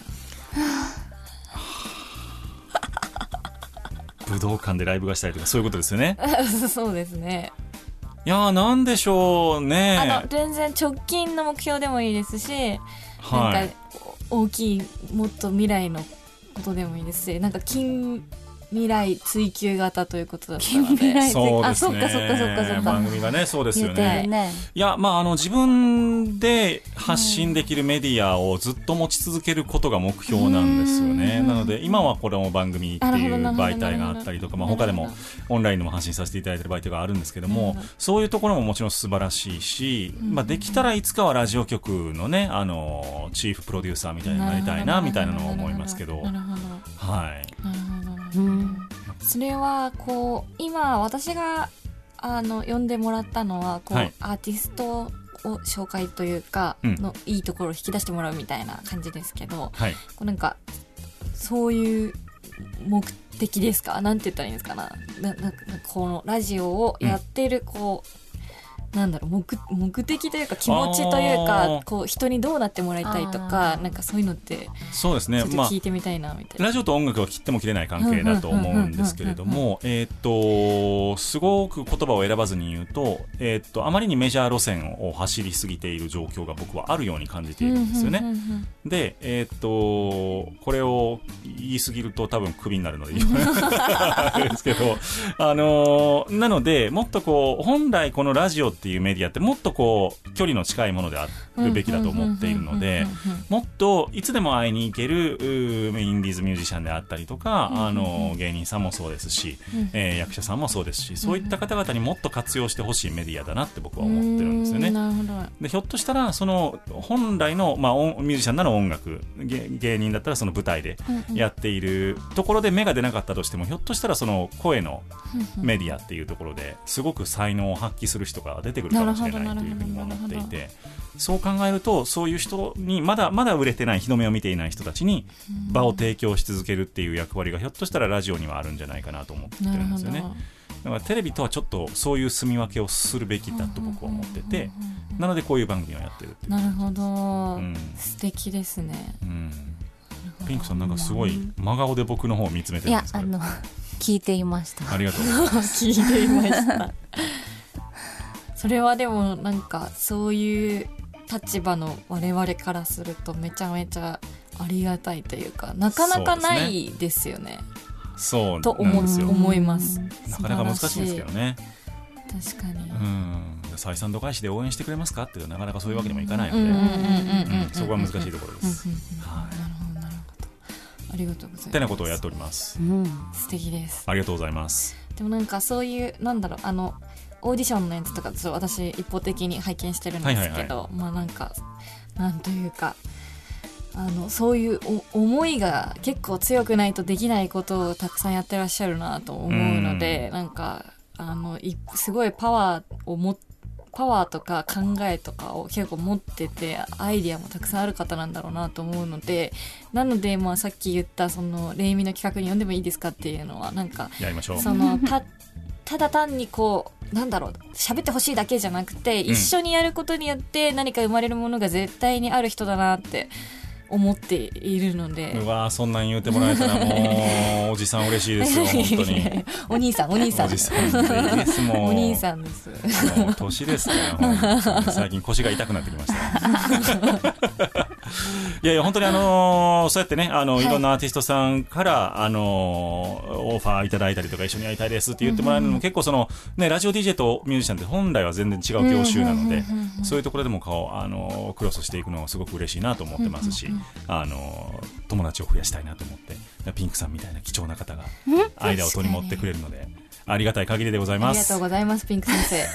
武道館でライブがしたいとかそういうことですよねそうですね。 いやーなんでしょうね。 あの全然直近の目標でもいいですし、はい、なんか大きいもっと未来のことでもいいですし、なんか近未来追求型ということだったので。 そうですね。 あ、そっかそっかそっかそっか。 番組がね、そうですよね。 ねいや、まあ、あの、自分で発信できるメディアをずっと持ち続けることが目標なんですよね。なので、今はこれも番組っていう媒体があったりとか、まあ、他でもオンラインでも発信させていただいている媒体があるんですけども、そういうところももちろん素晴らしいし、まあ、できたらいつかはラジオ局のね、あの、チーフプロデューサーみたいになりたいな、みたいなのは思いますけど。 なるほど。 はい。 なるほど。うん、それはこう今私があの呼んでもらったのはこう、はい、アーティストを紹介というかのいいところを引き出してもらうみたいな感じですけど、はい、こうなんかそういう目的ですか？なんて言ったらいいんですかな、ななこのラジオをやってるこう、うんなんだろう 目, 目的というか気持ちというかこう人にどうなってもらいたいとかなんかそういうのってそうですね、 ちょっと聞いてみたいなみたいな、 まあ、ラジオと音楽は切っても切れない関係だと思うんですけれどもえっとすごく言葉を選ばずに言うと、えー、っとあまりにメジャー路線を走りすぎている状況が僕はあるように感じているんですよね。で、えー、っとこれを言い過ぎると多分クビになるので言わないですけどあのー、なのでもっとこう本来このラジオっていうメディアってもっとこう距離の近いものであるべきだと思っているのでもっといつでも会いに行けるインディーズミュージシャンであったりとかあの芸人さんもそうですし、えー、役者さんもそうですしそういった方々にもっと活用してほしいメディアだなって僕は思ってるんですよね。 なるほど。 でひょっとしたらその本来の、まあ、ミュージシャンなら音楽芸人だったらその舞台でやっているところで芽が出なかったとしてもひょっとしたらその声のメディアっていうところですごく才能を発揮する人が出てくるかもしれないというふうに思っていてそう考えるとそういう人にまだまだ売れてない日の目を見ていない人たちに場を提供し続けるっていう役割がひょっとしたらラジオにはあるんじゃないかなと思ってるんですよね。だからテレビとはちょっとそういう住み分けをするべきだと僕は思っててなのでこういう番組をやってるっていう。 なるほど、うん、素敵ですね、 うん、ピンクさんなんかすごい真顔で僕の方を見つめてるんですか？ いやあの聞いていました。 ありがとうございます聞いていましたそれはでもなんかそういう立場の我々からするとめちゃめちゃありがたいというかなかなかないですよね。 そうと思, 思います。 なかなか難しいですけどね。 確かに、 うん、採算度外視で応援してくれますかってなかなかそういうわけにもいかないので、そこは難しいところです。 はい、なるほどなるほど、ありがとうございます。 てなことをやっております、 うん、素敵です。 ありがとうございます。 でもなんかそういうなんだろう、あのオーディションのやつとかちょっと私一方的に拝見してるんですけど、はいはいはい、まあなんかなんというか、あのそういう思いが結構強くないとできないことをたくさんやってらっしゃるなと思うので、んなんかあのいすごいパワーをもパワーとか考えとかを結構持ってて、アイディアもたくさんある方なんだろうなと思うので、なのでまあさっき言ったそのレイミの企画に呼んでもいいですかっていうのはなんかやりましょう。 そのたただ単にこうなんだろう喋ってほしいだけじゃなくて、一緒にやることによって何か生まれるものが絶対にある人だなって思っているので、 うわそんなん言うてもらえたらもうおじさん嬉しいですよ本当にお兄さんお兄さんおじさんでいいですもんお兄さんです。 もう年ですから最近腰が痛くなってきましたいやいや本当にあのー、そうやってねあの、はい、いろんなアーティストさんからあのー、オファーいただいたりとか一緒にやりたいですって言ってもらえるのも、うん、結構そのねラジオ ディージェー とミュージシャンって本来は全然違う業種なので、そういうところでも顔あのー、クロスしていくのはすごく嬉しいなと思ってますし、あの友達を増やしたいなと思ってピンクさんみたいな貴重な方が間を取り持ってくれるのでありがたい限りでございます。 ありがとうございますピンク先生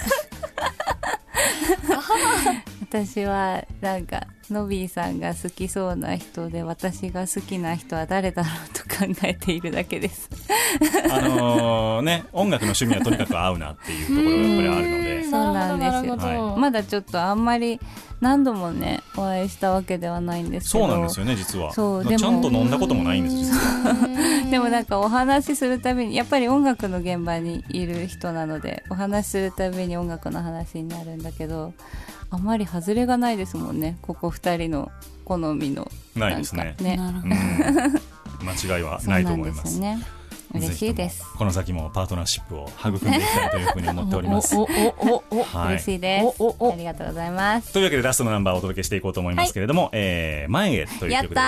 私はなんかノビーさんが好きそうな人で私が好きな人は誰だろうと考えているだけですあのー、ね音楽の趣味はとにかく合うなっていうところがやっぱりあるので、 そうなんですよ、はい、まだちょっとあんまり何度もねお会いしたわけではないんですけど、 そうなんですよね実は。 そうでもちゃんと飲んだこともないんです実はでもなんかお話しするたびにやっぱり音楽の現場にいる人なのでお話しするたびに音楽の話になるんだけど、あまり外れがないですもんね、ここふたりの好みのないですね、 ね、 なるほど、 うん、間違いはないと思います。 そうなんですよね、嬉しいです。 この先もパートナーシップを育んでいきたいというふうに思っておりますおおおお、はい、嬉しいです。おおおありがとうございます。 というわけでラストのナンバーをお届けしていこうと思いますけれども、はい、えー、前へという曲でございます。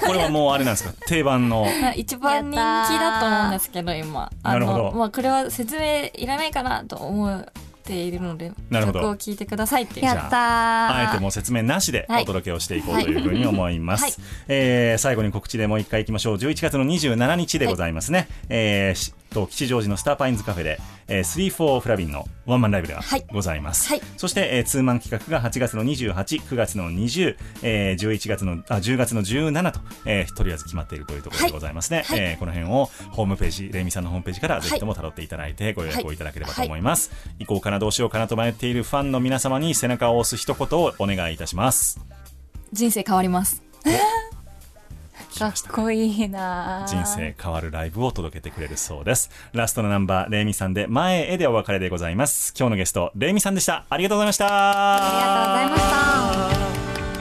これはもうあれなんですか定番の一番人気だと思うんですけど今あの、 なるほど、 まあ、これは説明いらないかなと思うているので曲を聴いてくださいっていう。 やったー。 あえてもう説明なしでお届けをしていこうというふうに思います、はいはい、えー、最後に告知でもう一回いきましょう。じゅういちがつのにじゅうしちにちでございますね、はい、えー、と吉祥寺のスターパインズカフェで、えー、スリーフォーフラビンのワンマンライブがございます、はいはい、そして、えー、ツーマン企画がはちがつのにじゅうはち、くがつのにじゅう、えー、じゅういちがつのあじゅうがつのじゅうしちと、えー、とりあえず決まっているというところでございますね、はい、えー、この辺をホームページレイミさんのホームページからぜひとも辿っていただいてご予約をいただければと思います、はいはい、行こうかなどうしようかなと迷っているファンの皆様に背中を押す一言をお願いいたします。 人生変わります。 かっこいいな。 人生変わるライブを届けてくれるそうです。ラストのナンバーレイミさんで前へでお別れでございます。今日のゲストレイミさんでした。ありがとうございました。 ありがとうございました。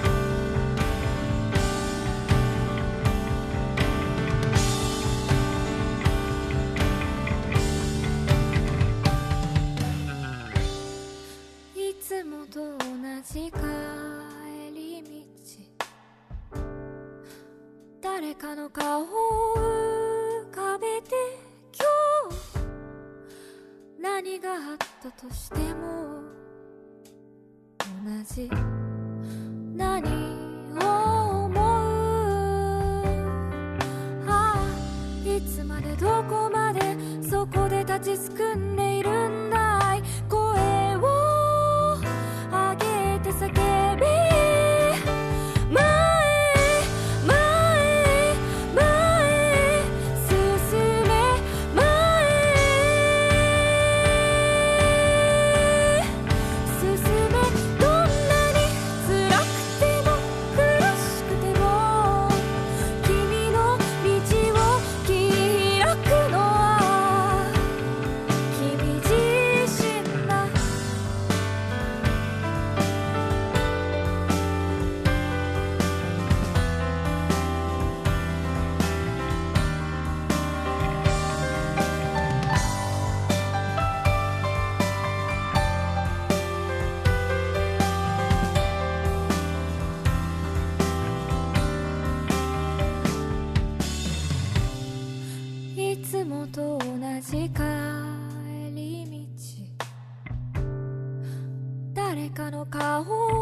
誰かの顔を浮かべて今日何があったとしても同じ何を思う、ああいつまでどこまでそこで立ちすくんでいるんだい。声を上げて叫びいつもと同じかかの顔